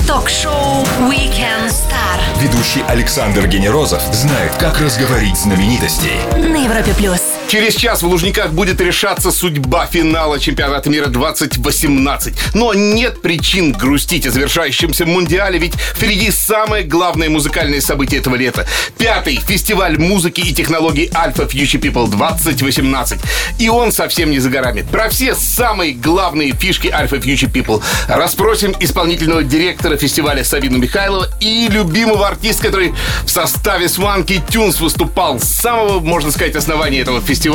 Ток-шоу Weekend Star. Ведущий Александр Генерозов знает, как разговорить знаменитостей. На Европе Плюс. Через час в Лужниках будет решаться судьба финала чемпионата мира 2018. Но нет причин грустить о завершающемся Мундиале, ведь впереди самое главное музыкальное событие этого лета. 5-й фестиваль музыки и технологий Alpha Future People 2018. И он совсем не за горами. Про все самые главные фишки Alpha Future People расспросим исполнительного директора фестиваля Сабину Михайлова и любимого артиста, который в составе Swanky Tunes выступал с самого, можно сказать, основания этого фестиваля.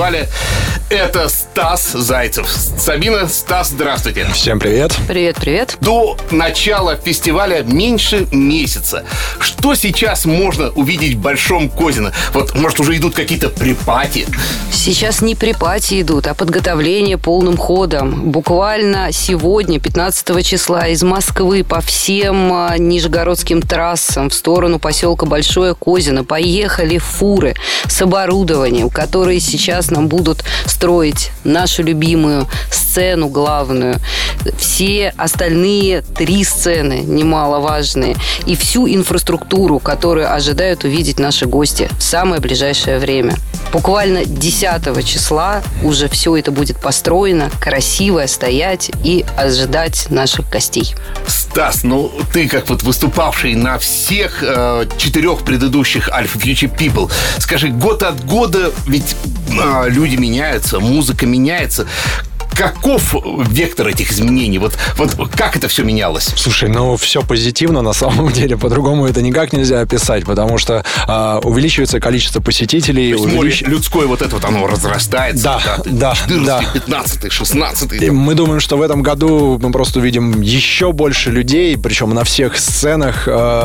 Это Стас Зайцев. Сабина, Стас, здравствуйте. Всем привет. Привет. До начала фестиваля меньше месяца. Что сейчас можно увидеть в Большом Козино? Вот, может, уже идут какие-то припати? Сейчас не припати идут, а подготовление полным ходом. Буквально сегодня, 15 числа, из Москвы по всем нижегородским трассам в сторону поселка Большое Козино поехали фуры с оборудованием, которые сейчас нам будут строить нашу любимую сцену главную, все остальные 3 сцены немаловажные и всю инфраструктуру, которую ожидают увидеть наши гости в самое ближайшее время. Буквально 10 числа уже все это будет построено, красиво стоять и ожидать наших гостей. Стас, ну ты как вот выступавший на всех 4 предыдущих Alpha Future People, скажи, год от года ведь люди меняются, музыка меняется. Каков вектор этих изменений? Вот как это все менялось? Слушай, ну все позитивно на самом деле. По-другому это никак нельзя описать, потому что увеличивается количество посетителей. То есть море людское вот это вот оно разрастается. Да. 14, 15, 16. И мы думаем, что в этом году мы просто увидим еще больше людей, причем на всех сценах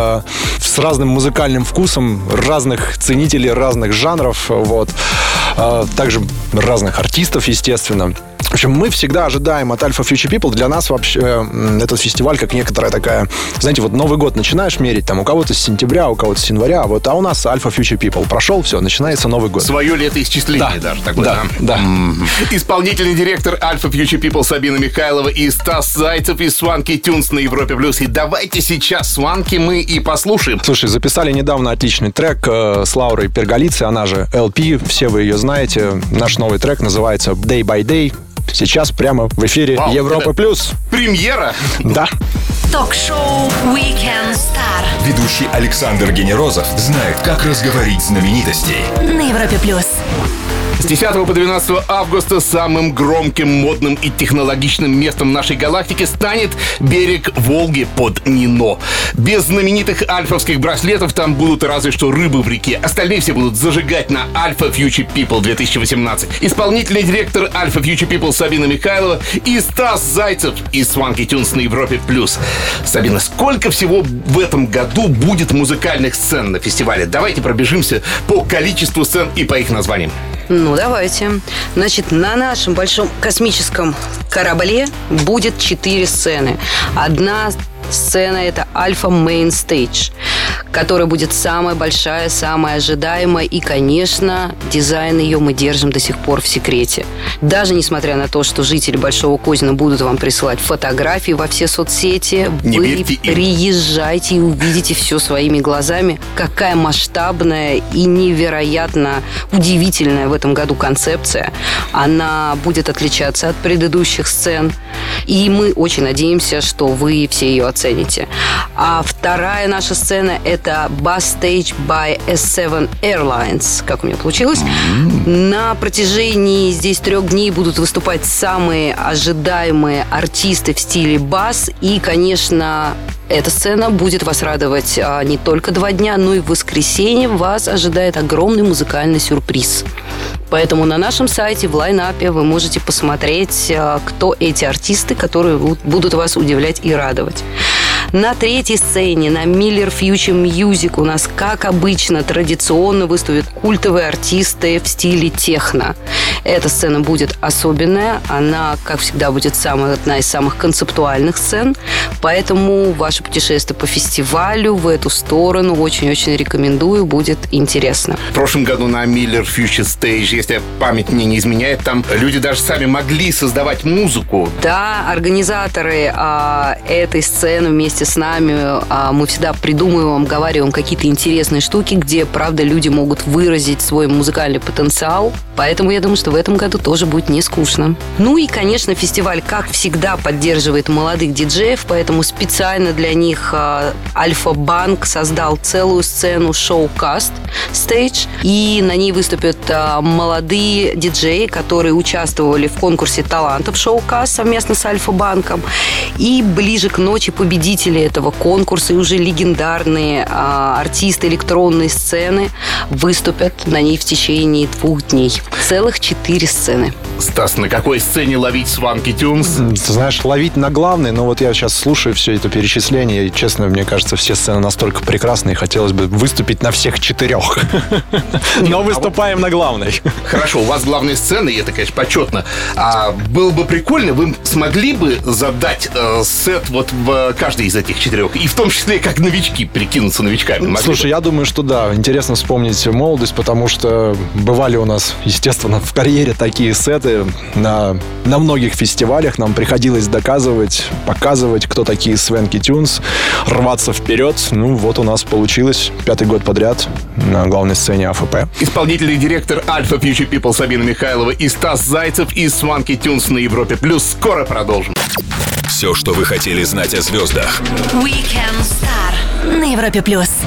с разным музыкальным вкусом, разных ценителей, разных жанров. Вот. Также разных артистов, естественно. В общем, мы всегда ожидаем от Alpha Future People. Для нас вообще этот фестиваль как некоторая такая... Знаете, вот Новый год начинаешь мерить, там у кого-то с сентября, у кого-то с января, а у нас Alpha Future People. Прошел, все, начинается Новый год. Свое летоисчисление даже такое, да. Исполнительный директор Alpha Future People Сабина Михайлова и Стас Зайцев из Swanky Tunes на Европе Плюс. И давайте сейчас Swanky мы и послушаем. Слушай, записали недавно отличный трек с Лаурой Перголицей, она же LP, все вы ее знаете. Наш новый трек называется Day by Day. Сейчас прямо в эфире Европа Плюс. Премьера? Да. Ток-шоу Weekend Star. Ведущий Александр Генерозов знает, как разговорить знаменитостей. На Европе Плюс. С 10 по 12 августа самым громким, модным и технологичным местом нашей галактики станет берег Волги под Нино. Без знаменитых альфовских браслетов там будут разве что рыбы в реке. Остальные все будут зажигать на Alpha Future People 2018. Исполнительный директор Alpha Future People Сабина Михайлова и Стас Зайцев из Swanky Tunes на Европе+. Сабина, сколько всего в этом году будет музыкальных сцен на фестивале? Давайте пробежимся по количеству сцен и по их названиям. Ну, давайте. Значит, на нашем большом космическом корабле будет 4 сцены. Одна сцена — это Alpha Main Stage, которая будет самая большая, самая ожидаемая. И, конечно, дизайн ее мы держим до сих пор в секрете. Даже несмотря на то, что жители Большого Козина будут вам присылать фотографии во все соцсети, вы приезжайте и увидите все своими глазами. Какая масштабная и невероятно удивительная в этом году концепция. Она будет отличаться от предыдущих сцен. И мы очень надеемся, что вы все ее оцените. А вторая наша сцена — это Bus Stage by S7 Airlines. Как у меня получилось? На протяжении здесь 3 дней будут выступать самые ожидаемые артисты в стиле бас. И, конечно, эта сцена будет вас радовать не только 2 дня, но и в воскресенье вас ожидает огромный музыкальный сюрприз. Поэтому на нашем сайте в лайнапе вы можете посмотреть, кто эти артисты, которые будут вас удивлять и радовать. На 3-й сцене, на Miller Future Music, у нас, как обычно, традиционно выступят культовые артисты в стиле техно. Эта сцена будет особенная. Она, как всегда, будет одна из самых концептуальных сцен. Поэтому ваше путешествие по фестивалю в эту сторону очень-очень рекомендую. Будет интересно. В прошлом году на Miller Future Stage, если память мне не изменяет, там люди даже сами могли создавать музыку. Да, организаторы этой сцены вместе с нами, мы всегда придумываем, обговариваем какие-то интересные штуки, где, правда, люди могут выразить свой музыкальный потенциал. Поэтому я думаю, что в этом году тоже будет не скучно. Ну и, конечно, фестиваль, как всегда, поддерживает молодых диджеев, поэтому специально для них Альфа-Банк создал целую сцену Showcast Stage, и на ней выступят молодые диджеи, которые участвовали в конкурсе талантов Showcast совместно с Альфа-Банком. И ближе к ночи победители этого конкурса и уже легендарные артисты электронной сцены выступят на ней в течение 2 дней. Целых 4 сцены. Стас, на какой сцене ловить Swanky Tunes? Ты знаешь, ловить на главной, но вот я сейчас слушаю все это перечисление, и, честно, мне кажется, все сцены настолько прекрасные, хотелось бы выступить на всех 4. Но выступаем на главной. Хорошо, у вас главная сцена, и это, конечно, почетно. Было бы прикольно, вы смогли бы задать сет вот в каждой из этих 4, и в том числе как новички, прикинуться новичками. Могли Слушай, бы? я думаю, что да, интересно вспомнить молодость, потому что бывали у нас, естественно, в карьере такие сеты на многих фестивалях. Нам приходилось доказывать, показывать, кто такие Swanky Tunes, рваться вперед. Ну, вот у нас получилось 5-й год подряд на главной сцене АФП. Исполнительный директор Alpha Future People Сабина Михайлова и Стас Зайцев из Swanky Tunes на Европе+. Скоро продолжим. Все, что вы хотели знать о звездах. Weekend Star на Европе+.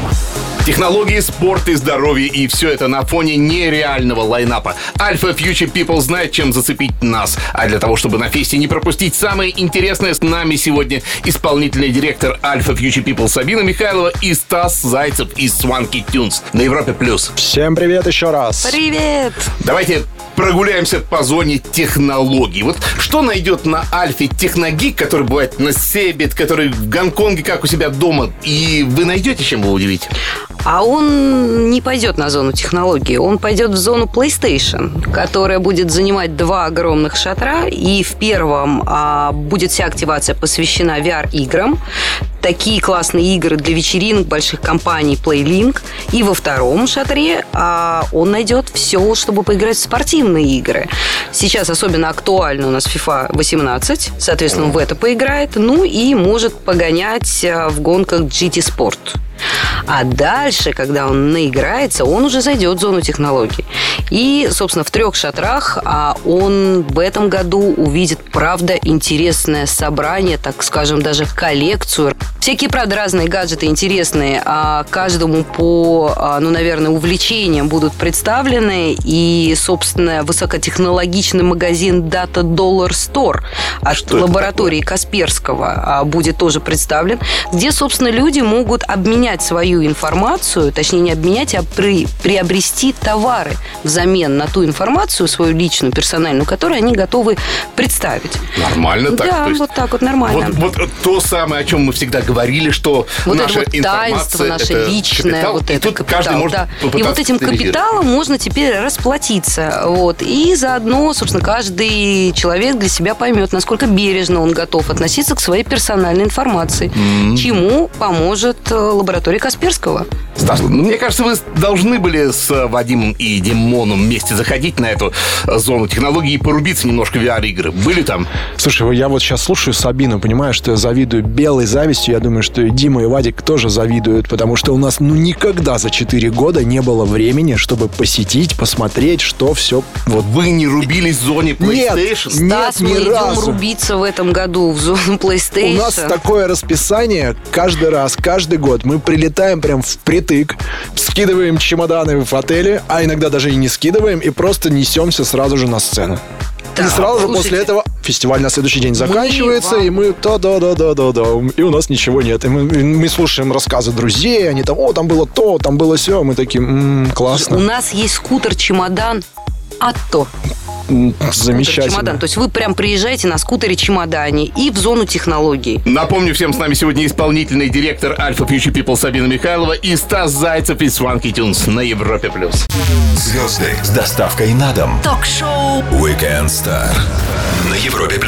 Технологии, спорт и здоровье, и все это на фоне нереального лайнапа. Alpha Future People знает, чем зацепить нас. А для того, чтобы на фесте не пропустить самое интересное, с нами сегодня исполнительный директор Alpha Future People Сабина Михайлова и Стас Зайцев из Swanky Tunes на Европе+. Всем привет еще раз. Привет! Давайте прогуляемся по зоне технологий. Вот что найдет на Альфе техногик, который бывает на Себет, который в Гонконге, как у себя дома, и вы найдете, чем его удивить? А он не пойдет на зону технологий, он пойдет в зону PlayStation, которая будет занимать 2 огромных шатра, и в первом будет вся активация посвящена VR-играм. Такие классные игры для вечеринок больших компаний PlayLink. И во втором шатре он найдет все, чтобы поиграть в спортивные игры. Сейчас особенно актуально у нас FIFA 18. Соответственно, он в это поиграет. Ну и может погонять в гонках GT Sport. А дальше, когда он наиграется, он уже зайдет в зону технологий. И, собственно, в 3 шатрах он в этом году увидит, правда, интересное собрание, так скажем, даже коллекцию. Всякие, правда, разные гаджеты интересные, каждому по, наверное, увлечениям будут представлены. И, собственно, высокотехнологичный магазин Data Dollar Store от лаборатории Касперского будет тоже представлен, где, собственно, люди могут обменять свою информацию, точнее, не обменять, а приобрести товары взамен на ту информацию, свою личную, персональную, которую они готовы представить. Нормально так? Да, вот так вот нормально. Вот то самое, о чем мы всегда говорили, что вот наша это вот информация, таинство наше это личное, капитал, вот и это тут капитал, каждый может да. попытаться И вот этим капитализировать. капиталом можно теперь расплатиться. Вот. И заодно, собственно, каждый человек для себя поймет, насколько бережно он готов относиться к своей персональной информации, чему поможет лаборатория Касперского. Стас, мне кажется, вы должны были с Вадимом и Димоном вместе заходить на эту зону технологий и порубиться немножко в VR-игры. Были там? Слушай, я вот сейчас слушаю Сабину, понимаю, что я завидую белой завистью. Я думаю, что и Дима, и Вадик тоже завидуют, потому что у нас никогда за 4 года не было времени, чтобы посетить, посмотреть, что все вот. Вы не рубились в зоне PlayStation? Стас, мы ни идем разу. рубиться в этом году в зону PlayStation. У нас такое расписание каждый раз, каждый год. Мы прилетаем прям впритык, скидываем чемоданы в отеле, а иногда даже и не скидываем, и просто несемся сразу же на сцену. Да, и сразу же слушайте, после этого фестиваль на следующий день заканчивается, и мы да-да-да-да-да, и у нас ничего нет. И мы слушаем рассказы друзей, они там, там было то, там было сё, мы такие, классно. У нас есть скутер-чемодан Атто. Замечательно. Скутер-чемодан. То есть вы прям приезжаете на скутере-чемодане и в зону технологий. Напомню всем, с нами сегодня исполнительный директор Alpha Future People Сабина Михайлова и Стас Зайцев из Swanky Tunes на Европе+. Звезды с доставкой на дом. Ток-шоу Weekend Star на Европе+.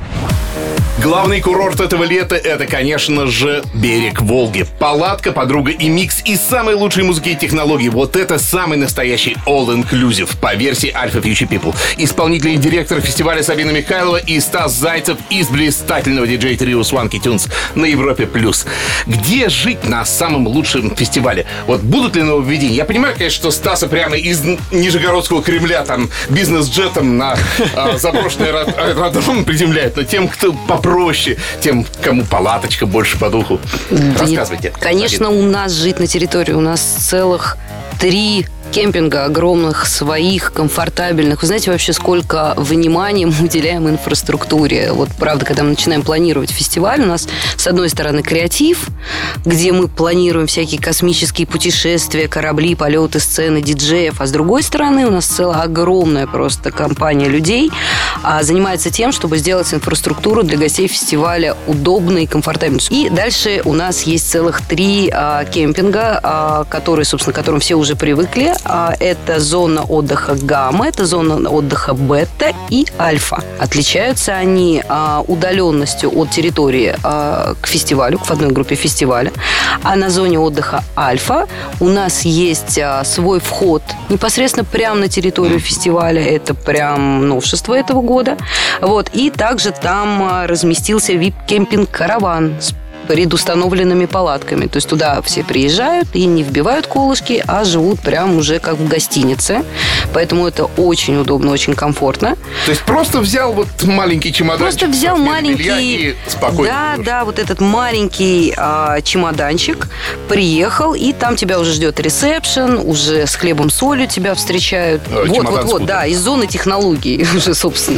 Главный курорт этого лета — это, конечно же, берег Волги. Палатка, подруга и микс из самой лучшей музыки и технологий. Вот это самый настоящий all-inclusive по версии Alpha Future People. Исполнительный директор фестиваля Сабина Михайлова и Стас Зайцев из блистательного диджей-трио Swanky Tunes на Европе+. Где жить на самом лучшем фестивале? Вот будут ли нововведения? Я понимаю, конечно, что Стаса прямо из Нижегородского Кремля там бизнес-джетом на заброшенный аэродром приземляют. Но тем, кто попроще, тем, кому палаточка больше по духу. Рассказывайте. Конечно, у нас жить на территории. У нас целых 3 кемпинга огромных, своих, комфортабельных. Вы знаете вообще, сколько внимания мы уделяем инфраструктуре? Вот правда, когда мы начинаем планировать фестиваль, у нас с одной стороны креатив, где мы планируем всякие космические путешествия, корабли, полеты, сцены, диджеев, а с другой стороны у нас целая огромная просто компания людей занимается тем, чтобы сделать инфраструктуру для гостей фестиваля удобной и комфортабельной. И дальше у нас есть целых 3 кемпинга, которые, собственно, к которым все уже привыкли. Это зона отдыха Гамма, это зона отдыха Бета и Альфа. Отличаются они удаленностью от территории к фестивалю, к входной группе фестиваля. А на зоне отдыха Альфа у нас есть свой вход непосредственно прямо на территорию фестиваля. Это прям новшество этого года. Вот. И также там разместился VIP-кемпинг «Караван» с предустановленными палатками. То есть туда все приезжают и не вбивают колышки, а живут прям уже как в гостинице. Поэтому это очень удобно, очень комфортно. То есть просто взял вот маленький чемоданчик. Просто взял маленький... И спокойно. Да, вот этот маленький чемоданчик, приехал, и там тебя уже ждет ресепшн, уже с хлебом, солью тебя встречают. Вот, да, из зоны технологий уже, собственно.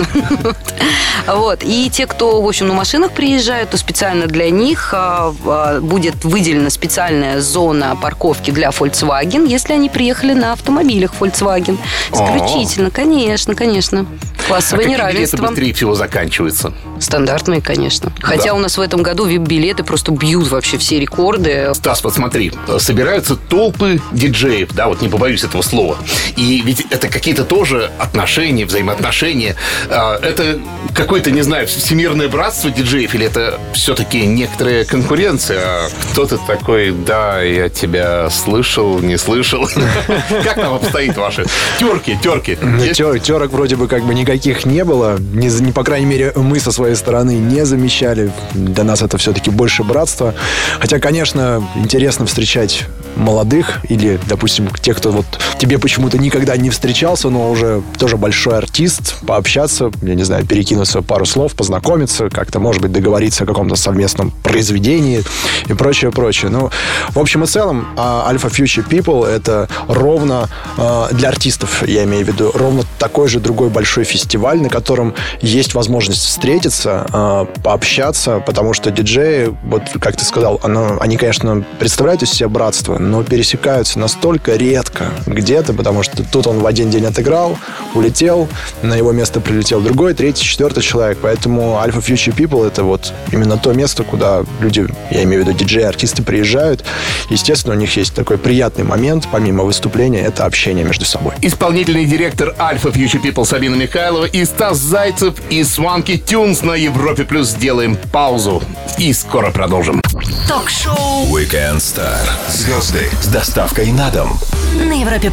Вот. И те, кто, в общем, на машинах приезжают, то специально для них будет выделена специальная зона парковки для Volkswagen, если они приехали на автомобилях Volkswagen. Исключительно, конечно. Классовое неравенство. Билеты быстрее всего заканчиваются? Стандартные, конечно. Хотя у нас в этом году VIP-билеты просто бьют вообще все рекорды. Стас, вот смотри, собираются толпы диджеев, да, вот не побоюсь этого слова. И ведь это какие-то тоже отношения, взаимоотношения. Это какое-то, не знаю, всемирное братство диджеев, или это все-таки некоторая конкуренция? Кто ты такой? Да, я тебя слышал, не слышал. Как там обстоит ваши терки? Терок вроде бы как бы никаких не было. Не, по крайней мере, мы со своей стороны не замечали. Для нас это все-таки больше братство. Хотя, конечно, интересно встречать молодых или, допустим, тех, кто вот тебе почему-то никогда не встречался, но уже тоже большой артист, пообщаться, я не знаю, перекинуться пару слов, познакомиться, как-то, может быть, договориться о каком-то совместном произведении и прочее. Ну, в общем и целом, Alpha Future People — это ровно для артистов, я имею в виду, ровно такой же другой большой фестиваль, на котором есть возможность встретиться, пообщаться, потому что диджеи, вот как ты сказал, они, конечно, представляют из себя братство, но пересекаются настолько редко где-то, потому что тут он в один день отыграл, улетел, на его место прилетел другой, 3-й, 4-й человек. Поэтому Alpha Future People — это вот именно то место, куда люди, я имею в виду диджеи, артисты, приезжают. Естественно, у них есть такой приятный момент, помимо выступления, это общение между собой. Исполнительный директор Alpha Future People Сабина Михайлова и Стас Зайцев из Swanky Tunes на Европе+. Сделаем паузу и скоро продолжим. Ток-шоу Weekend Star. Звезды с доставкой на дом. на Европе+.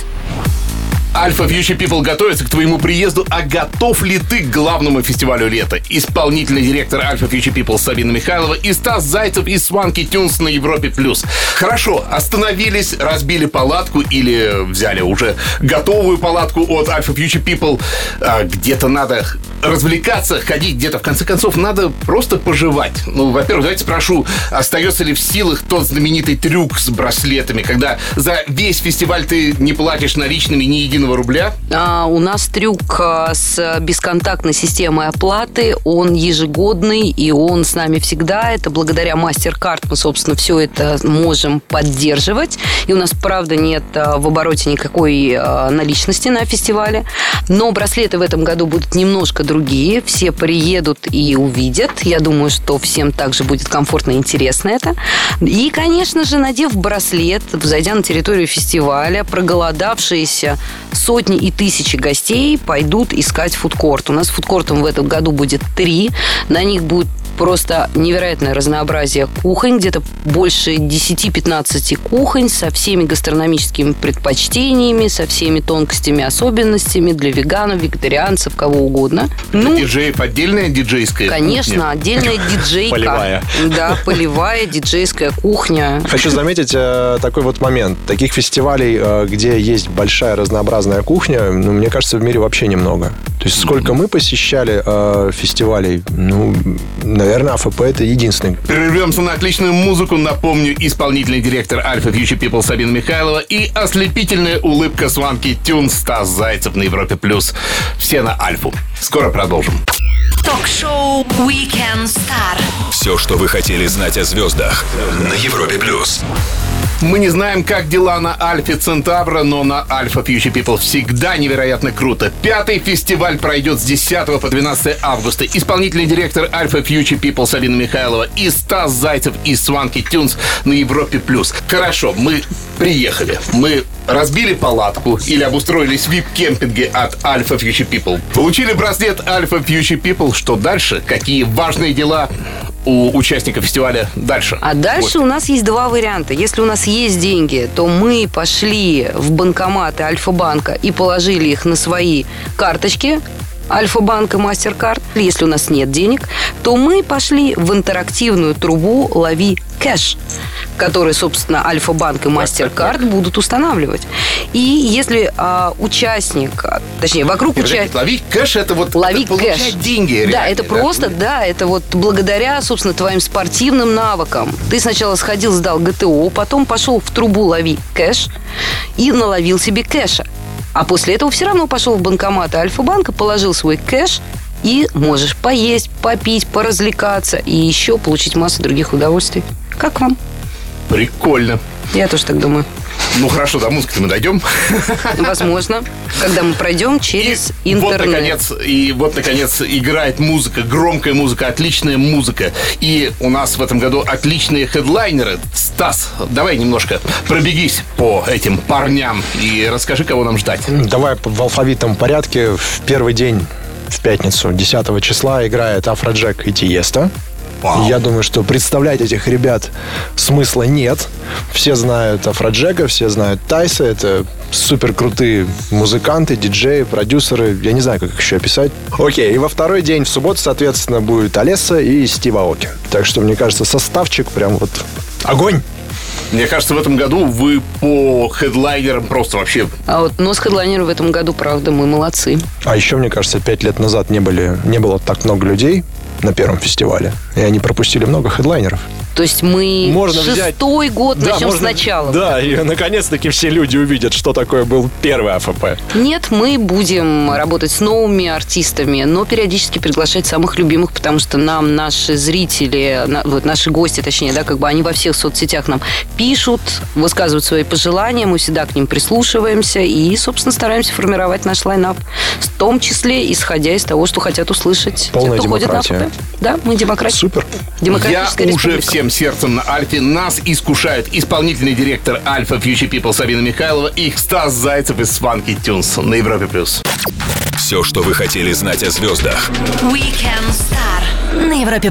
Alpha Future People готовится к твоему приезду, а готов ли ты к главному фестивалю лета? Исполнительный директор Alpha Future People Сабина Михайлова и Стас Зайцев из Swanky Tunes на Европе+. Хорошо, остановились, разбили палатку или взяли уже готовую палатку от Alpha Future People. Где-то надо развлекаться, ходить, где-то, в конце концов, надо просто пожевать. Ну, во-первых, давайте спрошу, остается ли в силах тот знаменитый трюк с браслетами, когда за весь фестиваль ты не платишь наличными ни единого единого рубля? У нас трюк с бесконтактной системой оплаты. Он ежегодный, и он с нами всегда. Это благодаря MasterCard мы, собственно, все это можем поддерживать. И у нас, правда, нет в обороте никакой наличности на фестивале. Но браслеты в этом году будут немножко другие. Все приедут и увидят. Я думаю, что всем также будет комфортно и интересно это. И, конечно же, надев браслет, зайдя на территорию фестиваля, проголодавшиеся сотни и тысячи гостей пойдут искать фудкорт. У нас фудкортом в этом году будет 3. На них будет просто невероятное разнообразие кухонь, где-то больше 10-15 кухонь со всеми гастрономическими предпочтениями, со всеми тонкостями, особенностями для веганов, вегетарианцев, кого угодно. Для диджеев отдельная диджейская конечно, кухня? Отдельная диджейка. Полевая. Да, полевая диджейская кухня. Хочу заметить такой вот момент. Таких фестивалей, где есть большая разнообразная кухня, мне кажется, в мире вообще немного. То есть сколько мы посещали фестивалей, наверное, АФП это единственный. Прервемся на отличную музыку. Напомню, исполнительный директор Alpha Future People Сабина Михайлова и ослепительная улыбка Swanky Tunes Стас Зайцев на Европе+. Все на Альфу. Скоро продолжим. Ток-шоу Weekend Star. Все, что вы хотели знать о звездах на Европе+. Мы не знаем, как дела на Альфе Центавра, но на Alpha Future People всегда невероятно круто. 5-й фестиваль пройдет с 10 по 12 августа. Исполнительный директор Alpha Future People Сабина Михайлова и Стас Зайцев из Swanky Tunes на Европе+. Хорошо, мы приехали. Мы разбили палатку или обустроились в VIP-кемпинге от Alpha Future People. Получили браслет Alpha Future People. Что дальше? Какие важные дела у участников фестиваля дальше? А дальше у нас есть 2 варианта. Если у нас есть деньги, то мы пошли в банкоматы Альфа-банка и положили их на свои карточки Альфа-банк и MasterCard. Если у нас нет денег, то мы пошли в интерактивную трубу «Лови кэш», который, собственно, Альфа-банк и MasterCard будут устанавливать. И если участник, точнее, вокруг участника... Лови кэш — это вот лови получать кэш. деньги реально. Да, это просто, это вот благодаря, собственно, твоим спортивным навыкам. Ты сначала сходил, сдал ГТО, потом пошел в трубу «Лови кэш» и наловил себе кэша. А после этого все равно пошел в банкоматы Альфа-банка, положил свой кэш и можешь поесть, попить, поразвлекаться и еще получить массу других удовольствий. Как вам? Прикольно. Я тоже так думаю. Ну хорошо, до музыки мы дойдем. Возможно, когда мы пройдем через интернет. Вот, наконец, играет музыка, громкая музыка, отличная музыка. И у нас в этом году отличные хедлайнеры. Стас, давай немножко пробегись по этим парням и расскажи, кого нам ждать. Давай в алфавитном порядке. В первый день, в пятницу, 10 числа, играет Афроджек и Тиеста. Я думаю, что представлять этих ребят смысла нет. Все знают Афроджека, все знают Тайса. Это супер крутые музыканты, диджеи, продюсеры. Я не знаю, как их еще описать. Окей, и во второй день, в субботу, соответственно, будет Алесса и Стив Аоки. Так что, мне кажется, составчик прям вот огонь. Мне кажется, в этом году вы по хедлайнерам просто вообще... Но с хедлайнером в этом году, правда, мы молодцы. А еще, мне кажется, 5 лет назад не было так много людей на первом фестивале. И они пропустили много хедлайнеров. То есть мы шестой год начнем сначала. Да, и наконец-таки все люди увидят, что такое был первый АФП. Нет, мы будем работать с новыми артистами, но периодически приглашать самых любимых, потому что нам наши зрители, наши гости, точнее, они во всех соцсетях нам пишут, высказывают свои пожелания, мы всегда к ним прислушиваемся и, собственно, стараемся формировать наш лайнап, в том числе исходя из того, что хотят услышать полная те, кто ходит на АФП. Да, мы демократия. Супер. Я Демократическая республика. уже всем сердцем на Альфе. Нас искушают исполнительный директор Alpha Future People Сабина Михайлова и Стас Зайцев из Swanky Tunes на Европе+. Все, что вы хотели знать о звездах. Weekend Star на Европе+.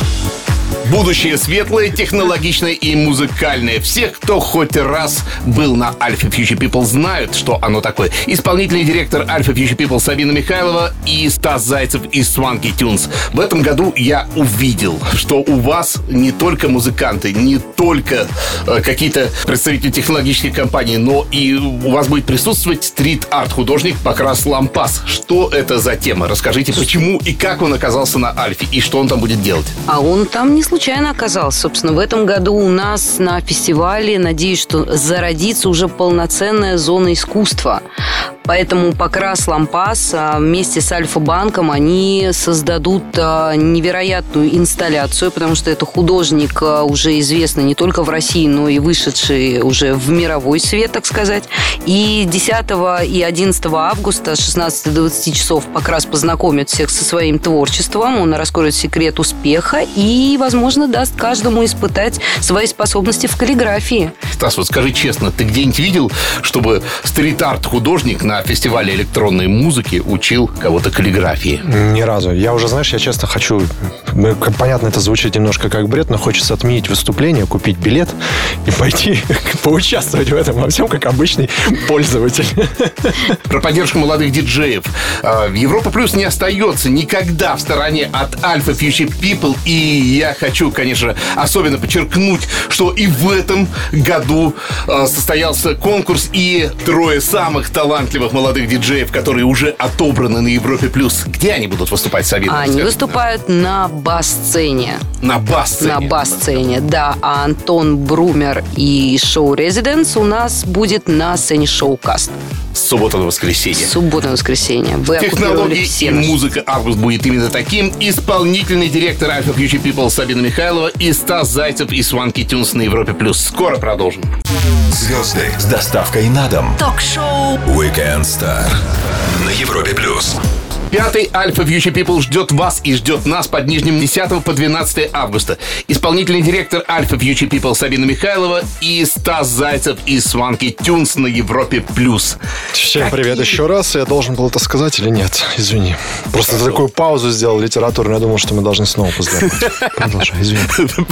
Будущее светлое, технологичное и музыкальное. Всех, кто хоть раз был на Alpha Future People, знают, что оно такое. Исполнительный директор Alpha Future People Сабина Михайлова и Стас Зайцев из Swanky Tunes. В этом году я увидел, что у вас не только музыканты, не только какие-то представители технологических компаний, но и у вас будет присутствовать стрит-арт-художник Покрас Лампас. Что это за тема? Расскажите, почему и как он оказался на Альфе, и что он там будет делать? А он там не случайно оказался. Собственно, в этом году у нас на фестивале, надеюсь, что зародится уже полноценная зона искусства. Поэтому Покрас Лампас вместе с Альфа-банком они создадут невероятную инсталляцию, потому что это художник уже известный не только в России, но и вышедший уже в мировой свет, так сказать. И 10 и 11 августа с 16 до 20 часов Покрас познакомит всех со своим творчеством, он раскроет секрет успеха и, возможно, даст каждому испытать свои способности в каллиграфии. Стас, вот скажи честно, ты где-нибудь видел, чтобы стрит-арт-художник на фестивале электронной музыки учил кого-то каллиграфии? Ни разу. Я уже, знаешь, я честно хочу... Понятно, это звучит немножко как бред, но хочется отменить выступление, купить билет и пойти поучаствовать в этом во всем, как обычный пользователь. Про поддержку молодых диджеев. Европа Плюс не остается никогда в стороне от Alpha Future People. И я хочу, конечно, особенно подчеркнуть, что и в этом году состоялся конкурс, и 3 самых талантливых молодых диджеев, которые уже отобраны на Европе Плюс. Где они будут выступать, Сабина? Они выступают на бас-сцене. На бас-сцене? На бас-сцене, да. А Антон Брумер и Шоу Резиденс у нас будет на сцене Шоукаст. Суббота на воскресенье. Суббота на воскресенье. Вы технологии и музыка. Август будет именно таким. Исполнительный директор Alpha Future People Сабина Михайлова и Стас Зайцев из Swanky Tunes на Европе Плюс. Скоро продолжим. Звезды с доставкой на дом. Ток-шоу Weekend Star на Европе Плюс. 5-й Alpha Future People ждет вас и ждет нас под Нижним 10 по 12 августа. Исполнительный директор Alpha Future People Сабина Михайлова и Стас Зайцев из Swanky Tunes на Европе Плюс. Всем привет еще раз. Я должен был это сказать или нет? Извини. Просто ты такую паузу сделал литературную. Я думал, что мы должны снова поздравить. Продолжай, извини.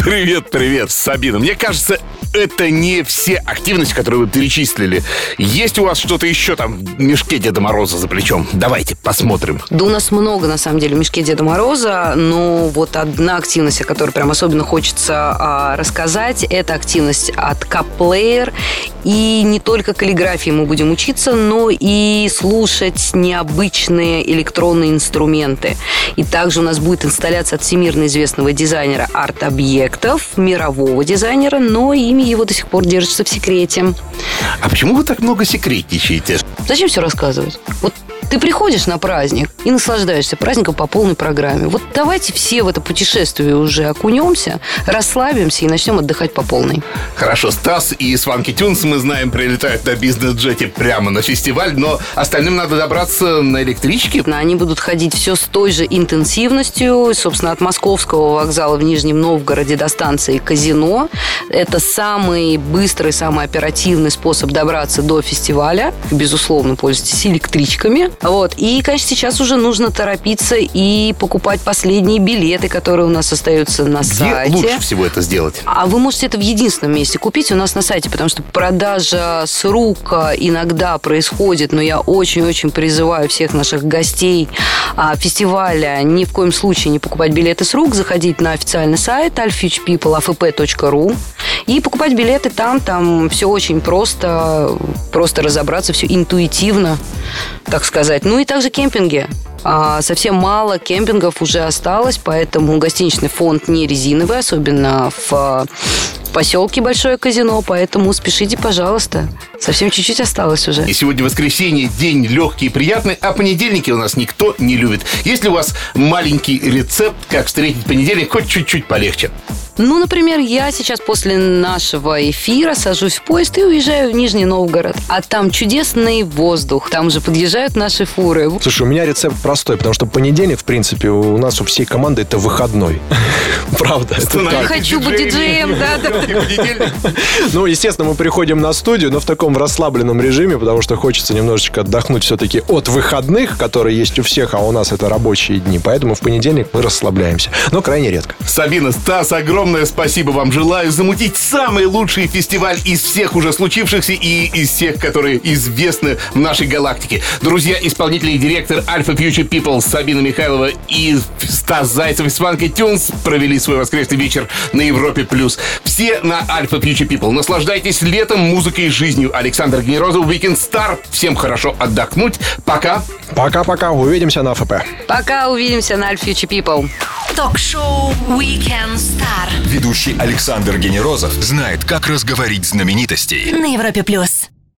Привет, Сабина. Мне кажется, это не все активности, которые вы перечислили. Есть у вас что-то еще там в мешке Деда Мороза за плечом? Давайте посмотрим. Да у нас много, на самом деле, в мешке Деда Мороза, но вот одна активность, о которой прям особенно хочется рассказать, это активность от Капплеер. И не только каллиграфии мы будем учиться, но и слушать необычные электронные инструменты. И также у нас будет инсталляция от всемирно известного дизайнера арт-объектов, мирового дизайнера, но имя его до сих пор держится в секрете. А почему вы так много секретничаете? Зачем все рассказывать? Вот ты приходишь на праздник и наслаждаешься праздником по полной программе. Вот давайте все в это путешествие уже окунемся, расслабимся и начнем отдыхать по полной. Хорошо, Стас и Swanky Tunes, мы знаем, прилетают на бизнес-джете прямо на фестиваль, но остальным надо добраться на электричке. Они будут ходить все с той же интенсивностью, собственно, от Московского вокзала в Нижнем Новгороде до станции Казино. Это самый быстрый, самый оперативный способ добраться до фестиваля. Безусловно, пользуйтесь электричками. Вот. И, конечно, сейчас уже нужно торопиться и покупать последние билеты, которые у нас остаются на сайте. Где лучше всего это сделать? А вы можете это в единственном месте купить у нас на сайте, потому что продажа с рук иногда происходит, но я очень-очень призываю всех наших гостей фестиваля ни в коем случае не покупать билеты с рук, заходить на официальный сайт alphafuturepeople.afp.ru и покупать билеты там все очень просто разобраться, все интуитивно, так сказать. Ну и также кемпинги. Совсем мало кемпингов уже осталось, поэтому гостиничный фонд не резиновый, особенно в поселке Большое Казино, поэтому спешите, пожалуйста. Совсем чуть-чуть осталось уже. И сегодня воскресенье, день легкий и приятный, а понедельники у нас никто не любит. Есть ли у вас маленький рецепт, как встретить понедельник хоть чуть-чуть полегче? Ну, например, я сейчас после нашего эфира сажусь в поезд и уезжаю в Нижний Новгород. А там чудесный воздух, там же подъезжают наши фуры. Слушай, у меня рецепт простой, потому что понедельник, в принципе, у нас у всей команды это выходной. Правда, это так. Хочу быть диджеем, да. Ну, естественно, мы приходим на студию, но в таком расслабленном режиме, потому что хочется немножечко отдохнуть все-таки от выходных, которые есть у всех, а у нас это рабочие дни. Поэтому в понедельник мы расслабляемся. Но крайне редко. Сабина, Стас, огромное спасибо вам. Желаю замутить самый лучший фестиваль из всех уже случившихся и из всех, которые известны в нашей галактике. Друзья, исполнительный директор Alpha Future People Сабина Михайлова и Стас Зайцев из Swanky Tunes провели свой воскресный вечер на Европе+. Все на Alpha Future People. Наслаждайтесь летом, музыкой и жизнью. Александр Генерозов, Weekend Star. Всем хорошо отдохнуть. Пока. Пока-пока. Увидимся на АФП. Пока. Увидимся на Alpha Future People. Ток-шоу Weekend Star. Ведущий Александр Генерозов знает, как разговорить знаменитостей. На Европе+.